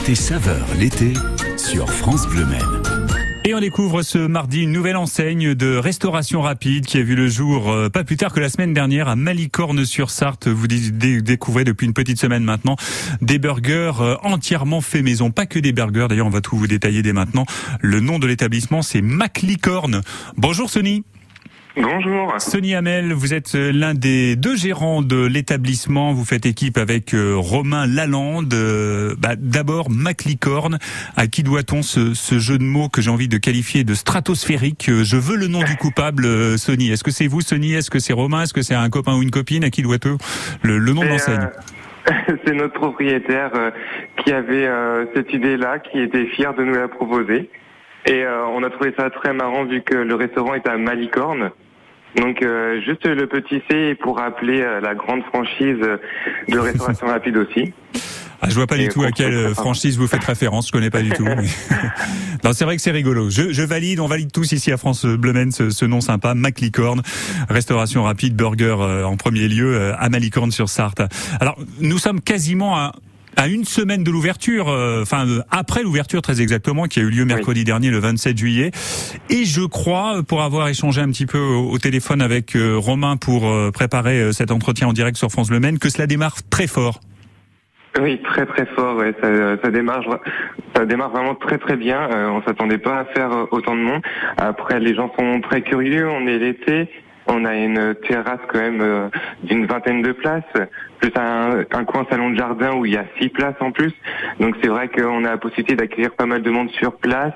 Côté saveur l'été sur France Bleu Maine. Et on découvre ce mardi une nouvelle enseigne de restauration rapide qui a vu le jour pas plus tard que la semaine dernière à Malicorne-sur-Sarthe. Vous découvrez depuis une petite semaine maintenant des burgers entièrement faits maison. Pas que des burgers, d'ailleurs on va tout vous détailler dès maintenant. Le nom de l'établissement c'est Malicorne. Bonjour Sonny. Bonjour. Sonny Hamel, vous êtes l'un des deux gérants de l'établissement. Vous faites équipe avec Romain Lalande. D'abord, Malicorne. À qui doit-on ce jeu de mots que j'ai envie de qualifier de stratosphérique? Je veux le nom du coupable, Sonny. Est-ce que c'est vous, Sonny? Est-ce que c'est Romain? Est-ce que c'est un copain ou une copine? À qui doit-on le nom de l'enseigne? C'est notre propriétaire qui avait cette idée-là, qui était fier de nous la proposer. Et on a trouvé ça très marrant vu que le restaurant est à Malicorne. Donc juste le petit C pour rappeler la grande franchise de restauration rapide aussi. Ah, je vois pas du tout à quelle franchise vous faites référence, je connais pas du tout. Mais... non, c'est vrai que c'est rigolo. Je valide, on valide tous ici à France Bleu Maine ce nom sympa, Malicorne, restauration rapide, burger en premier lieu à Malicorne-sur-Sarthe. Alors, nous sommes quasiment à une semaine de l'ouverture, après l'ouverture très exactement, qui a eu lieu mercredi dernier, le 27 juillet. Et je crois, pour avoir échangé un petit peu au téléphone avec Romain pour préparer cet entretien en direct sur France Bleu Maine, que cela démarre très fort. Oui, très très fort. Ouais, ça démarre vraiment très très bien. On s'attendait pas à faire autant de monde. Après, les gens sont très curieux. On est l'été. On a une terrasse quand même d'une vingtaine de places, plus un coin salon de jardin où il y a 6 places en plus. Donc c'est vrai qu'on a la possibilité d'accueillir pas mal de monde sur place.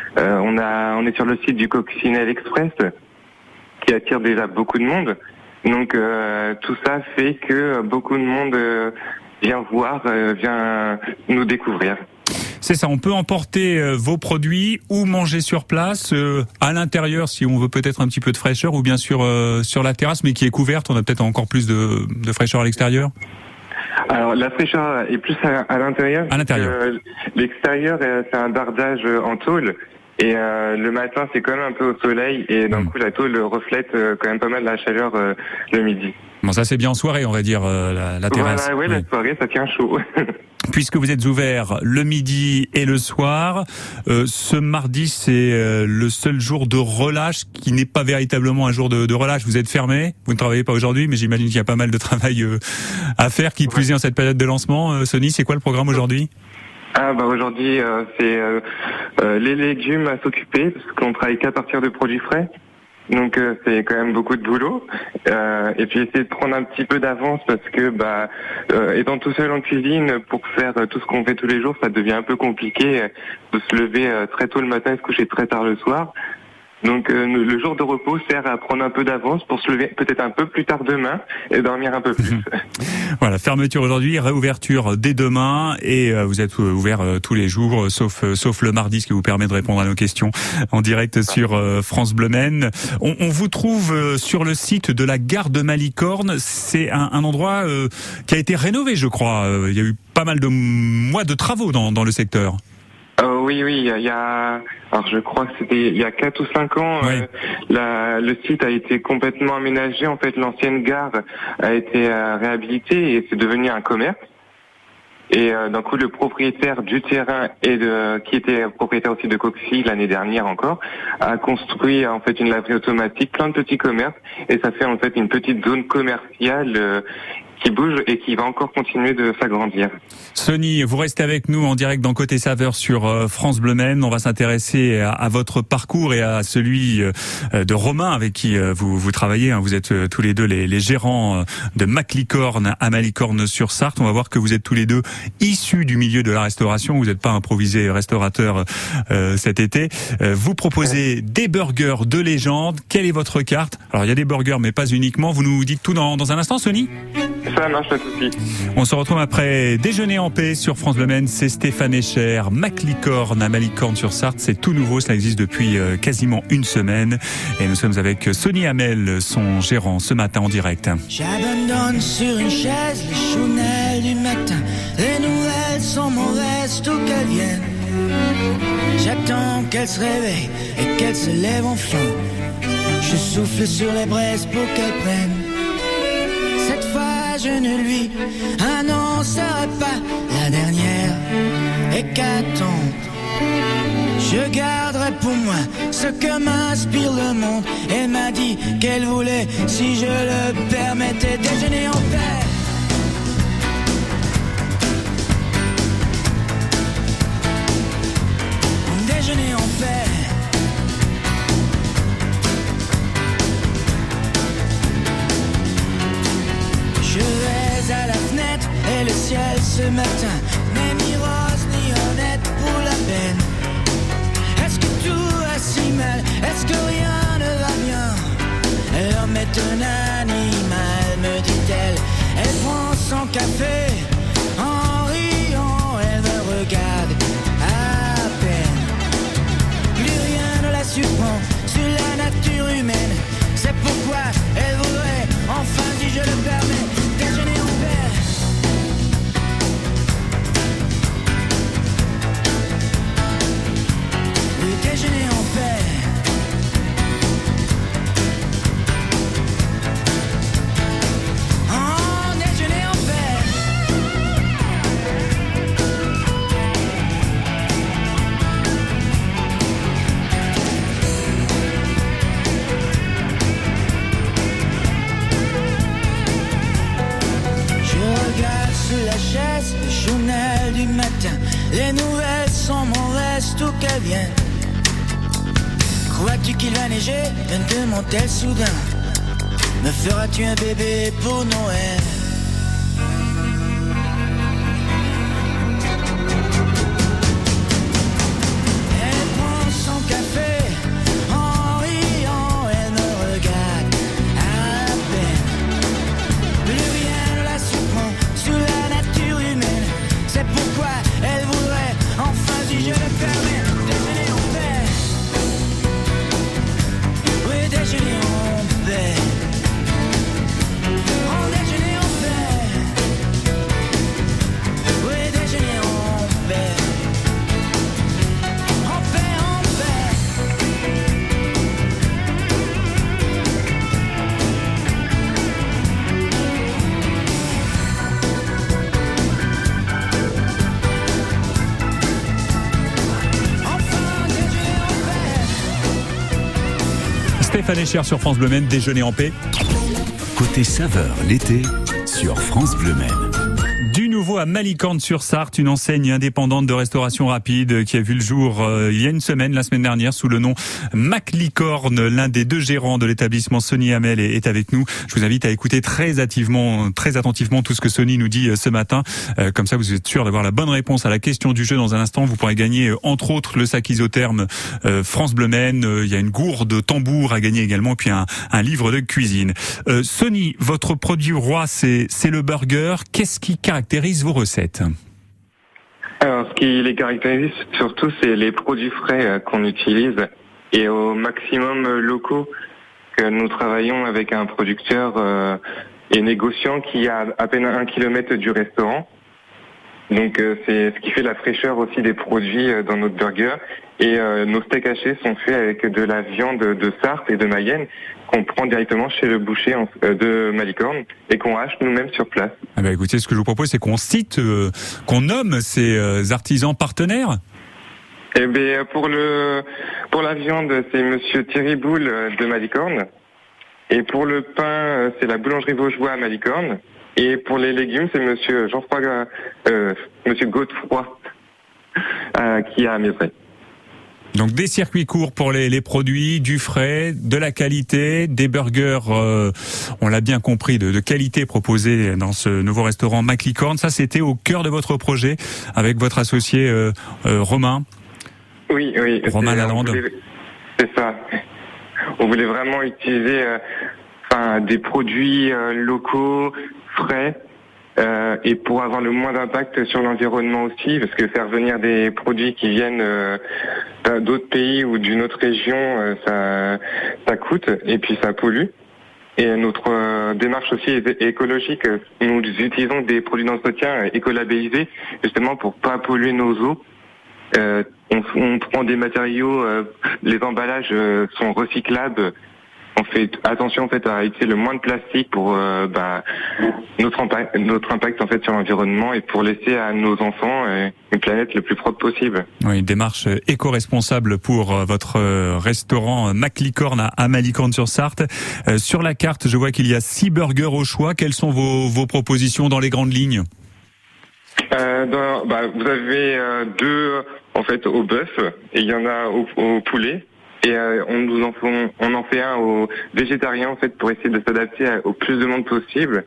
On est sur le site du Coccinelle Express qui attire déjà beaucoup de monde. Donc tout ça fait que beaucoup de monde vient voir, vient nous découvrir. C'est ça, on peut emporter vos produits ou manger sur place, à l'intérieur si on veut peut-être un petit peu de fraîcheur, ou bien sûr sur la terrasse mais qui est couverte, on a peut-être encore plus de fraîcheur à l'extérieur. Alors la fraîcheur est plus à l'intérieur. À l'intérieur. L'extérieur c'est un dardage en tôle. Et le matin, c'est quand même un peu au soleil et d'un coup, la tôle reflète quand même pas mal la chaleur le midi. Bon, ça c'est bien en soirée, on va dire, la terrasse. Voilà, la soirée, ça tient chaud. Puisque vous êtes ouvert le midi et le soir, ce mardi, c'est le seul jour de relâche qui n'est pas véritablement un jour de relâche. Vous êtes fermé, vous ne travaillez pas aujourd'hui, mais j'imagine qu'il y a pas mal de travail à faire, qui plus est en cette période de lancement. Sonny, c'est quoi le programme aujourd'hui ? Aujourd'hui c'est les légumes à s'occuper parce qu'on travaille qu'à partir de produits frais. Donc c'est quand même beaucoup de boulot et puis essayer de prendre un petit peu d'avance parce que étant tout seul en cuisine pour faire tout ce qu'on fait tous les jours, ça devient un peu compliqué de se lever très tôt le matin et se coucher très tard le soir. Donc le jour de repos sert à prendre un peu d'avance pour se lever peut-être un peu plus tard demain et dormir un peu plus. Voilà, fermeture aujourd'hui, réouverture dès demain et vous êtes ouvert tous les jours sauf le mardi, ce qui vous permet de répondre à nos questions en direct sur France Bleu Maine. On vous trouve sur le site de la gare de Malicorne. C'est un endroit qui a été rénové, je crois. Il y a eu pas mal de mois de travaux dans le secteur. Oui, il y a, alors je crois que c'était il y a 4 ou 5 ans, oui. Le site a été complètement aménagé. En fait, l'ancienne gare a été réhabilitée et c'est devenu un commerce. Et d'un coup, le propriétaire du terrain qui était propriétaire aussi de Coxy l'année dernière encore, a construit en fait une laverie automatique, plein de petits commerces, et ça fait en fait une petite zone commerciale qui bouge et qui va encore continuer de s'agrandir. Sonny, vous restez avec nous en direct dans Côté Saveur sur France Bleu Maine. On va s'intéresser à votre parcours et à celui de Romain avec qui vous travaillez. Vous êtes tous les deux les gérants de Malicorne à Malicorne-sur-Sarthe. On va voir que vous êtes tous les deux issus du milieu de la restauration. Vous n'êtes pas improvisé restaurateur cet été. Vous proposez des burgers de légende. Quelle est votre carte? Alors il y a des burgers mais pas uniquement. Vous nous dites tout dans un instant, Sonny? Ça marche, pas de souci. On se retrouve après Déjeuner en paix sur France Bleu Maine. C'est Stéphane Echer, Malicorne à Malicorne-sur-Sarthe. C'est tout nouveau, cela existe depuis quasiment une semaine. Et nous sommes avec Sonny Hamel, son gérant, ce matin en direct. J'abandonne sur une chaise les chounelles du matin. Les nouvelles sont mauvaises, tout qu'elles viennent. J'attends qu'elle se réveille et qu'elle se lève enfin. Je souffle sur les braises pour qu'elle prenne. Cette fois je ne lui annoncerai pas la dernière. Et qu'attendre. Je garderai pour moi ce que m'inspire le monde. Elle m'a dit qu'elle voulait, si je le permettais, déjeuner en paix. Déjeuner en paix. Je vais à la fenêtre et le ciel ce matin n'est ni rose ni honnête pour la peine. Est-ce que tout va si mal? Est-ce que rien ne va bien? L'homme est un animal, me dit-elle. Elle prend son café en riant, elle me regarde à peine. Plus rien ne la surprend sur la nature humaine. C'est pourquoi elle voudrait, enfin si je le permets, déjeuner en paix. Oui, déjeuner en paix. Oh, déjeuner en paix. Je regarde sous la chaise le journal du matin. Les nouvelles sont mauvaises, tout qu'elles viennent. Crois-tu qu'il va neiger? Me demande-t-elle soudain. Me feras-tu un bébé pour Noël? Elle prend son café en riant, elle me regarde à peine. Plus rien ne la surprend sous la nature humaine. C'est pourquoi elle voudrait, enfin si je le permets, déjeuner en paix. Oui, déjeuner en paix. Oh, déjeuner en paix. Oui, déjeuner en paix. En paix, en paix. Enfin, déjeuner en paix. Stéphane Echer sur France Bleu Maine, déjeuner en paix. Côté saveur l'été sur France Bleu Maine. Du nouveau à Malicorne-sur-Sarthe, une enseigne indépendante de restauration rapide qui a vu le jour il y a une semaine, la semaine dernière, sous le nom Maclicorne. L'un des deux gérants de l'établissement, Sonny Hamel, est avec nous. Je vous invite à écouter très attentivement tout ce que Sonny nous dit ce matin. Comme ça, vous êtes sûr d'avoir la bonne réponse à la question du jeu dans un instant. Vous pourrez gagner, entre autres, le sac isotherme France Bleu Maine. Il y a une gourde tambour à gagner également, puis un livre de cuisine. Sonny, votre produit roi, c'est le burger. Qu'est-ce qui caractérise vos recettes? Alors, ce qui les caractérise surtout, c'est les produits frais qu'on utilise et au maximum locaux, que nous travaillons avec un producteur et négociant qui est à peine 1 kilomètre du restaurant. Donc c'est ce qui fait la fraîcheur aussi des produits dans notre burger. Et nos steaks hachés sont faits avec de la viande de Sarthe et de Mayenne qu'on prend directement chez le boucher de Malicorne et qu'on hache nous-mêmes sur place. Ah bah écoutez, ce que je vous propose, c'est qu'on cite, qu'on nomme ces artisans partenaires. Eh bien, pour la viande, c'est Monsieur Thierry Boule de Malicorne. Et pour le pain, c'est la boulangerie Vaugeois à Malicorne. Et pour les légumes, c'est Monsieur Monsieur Godefroy qui est à Mézeray. Donc des circuits courts pour les produits, du frais, de la qualité, des burgers, on l'a bien compris, de qualité proposés dans ce nouveau restaurant Maclicorne. Ça, c'était au cœur de votre projet avec votre associé Romain. Oui. Romain Lalande. C'est ça. On voulait vraiment utiliser des produits locaux, frais, et pour avoir le moins d'impact sur l'environnement aussi, parce que faire venir des produits qui viennent d'autres pays ou d'une autre région, ça coûte et puis ça pollue. Et notre démarche aussi est écologique. Nous utilisons des produits d'entretien écolabellisés justement pour pas polluer nos eaux. On prend des matériaux, les emballages sont recyclables. on fait attention en fait à éviter le moins de plastique pour notre impact en fait sur l'environnement et pour laisser à nos enfants une planète le plus propre possible. Oui, une démarche éco-responsable pour votre restaurant McLicorne à Malicorne-sur-Sarthe. Sur la carte, je vois qu'il y a 6 burgers au choix. Quelles sont vos propositions dans les grandes lignes? Vous avez 2 en fait au bœuf et il y en a au poulet. Et on en fait un aux végétariens en fait pour essayer de s'adapter au plus de monde possible.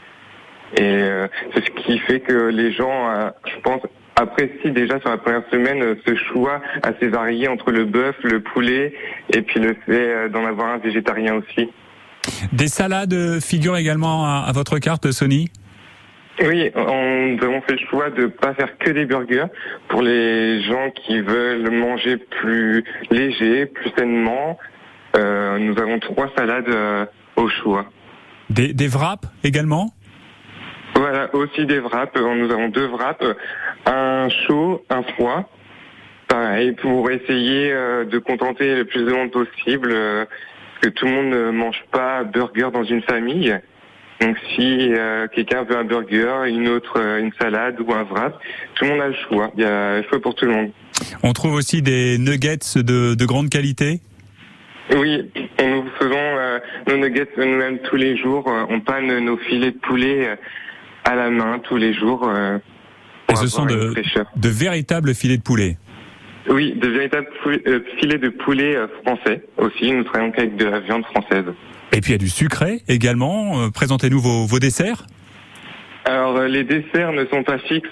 Et c'est ce qui fait que les gens, je pense, apprécient déjà sur la première semaine ce choix assez varié entre le bœuf, le poulet et puis le fait d'en avoir un végétarien aussi. Des salades figurent également à votre carte, Sony? Oui, nous avons fait le choix de pas faire que des burgers pour les gens qui veulent manger plus léger, plus sainement. Nous avons 3 salades au choix. Des wraps également? Voilà, aussi des wraps. Nous avons 2 wraps, un chaud, un froid. Pareil, pour essayer de contenter le plus de monde possible, que tout le monde ne mange pas burger dans une famille. Donc si quelqu'un veut un burger, une salade ou un wrap, tout le monde a le choix. Il y a le choix pour tout le monde. On trouve aussi des nuggets de grande qualité? Oui, nous faisons nos nuggets nous-mêmes tous les jours. On panne nos filets de poulet à la main tous les jours. Et ce sont de véritables filets de poulet? Oui, de véritables filets de poulet français aussi. Nous travaillons avec de la viande française. Et puis il y a du sucré également. Présentez-nous vos desserts. Alors les desserts ne sont pas fixes.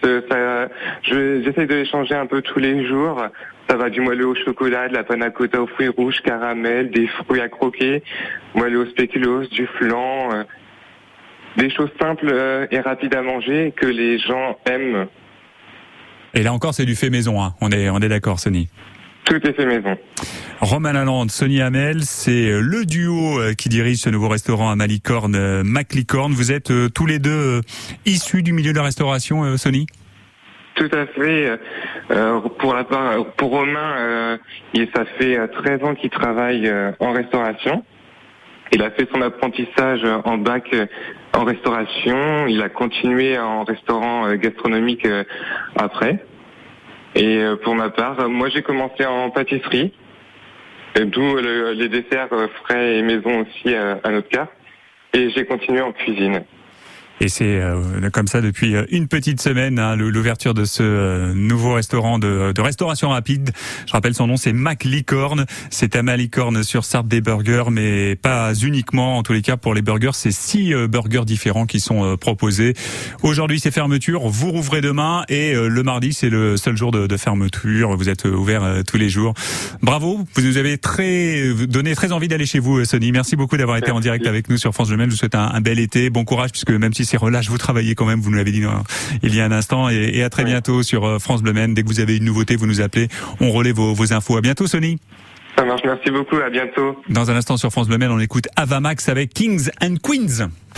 J'essaie de les changer un peu tous les jours. Ça va du moelleux au chocolat, de la panna cotta aux fruits rouges, caramel, des fruits à croquer, moelleux au spéculoos, du flan, des choses simples et rapides à manger que les gens aiment. Et là encore, c'est du fait maison, hein. On est d'accord, Sony. Tout est fait maison. Romain Lalande, Sony Hamel, c'est le duo qui dirige ce nouveau restaurant à Malicorne, McLicorne. Vous êtes tous les deux issus du milieu de la restauration, Sony? Tout à fait. Pour Romain, ça fait 13 ans qu'il travaille en restauration. Il a fait son apprentissage en bac en restauration. Il a continué en restaurant gastronomique après. Et pour ma part, moi j'ai commencé en pâtisserie, d'où les desserts frais et maison aussi à notre carte. Et j'ai continué en cuisine. Et c'est comme ça depuis une petite semaine, hein, l'ouverture de ce nouveau restaurant de restauration rapide. Je rappelle son nom, c'est McLicorne. C'est à Malicorne-sur-Sarthe des burgers, mais pas uniquement. En tous les cas, pour les burgers, c'est 6 burgers différents qui sont proposés. Aujourd'hui, c'est fermeture. Vous rouvrez demain et le mardi, c'est le seul jour de fermeture. Vous êtes ouvert tous les jours. Bravo, vous nous avez donné très envie d'aller chez vous, Sony. Merci beaucoup d'avoir été en direct avec nous sur France Bleu. Je vous souhaite un bel été. Bon courage, puisque même si c'est relâche, vous travaillez quand même, vous nous l'avez dit il y a un instant, et à très bientôt sur France Bleu Maine. Dès que vous avez une nouveauté, vous nous appelez, on relaie vos infos. À bientôt, Sony. Ça marche, merci beaucoup, à bientôt. Dans un instant sur France Bleu Maine, on écoute Ava Max avec Kings and Queens.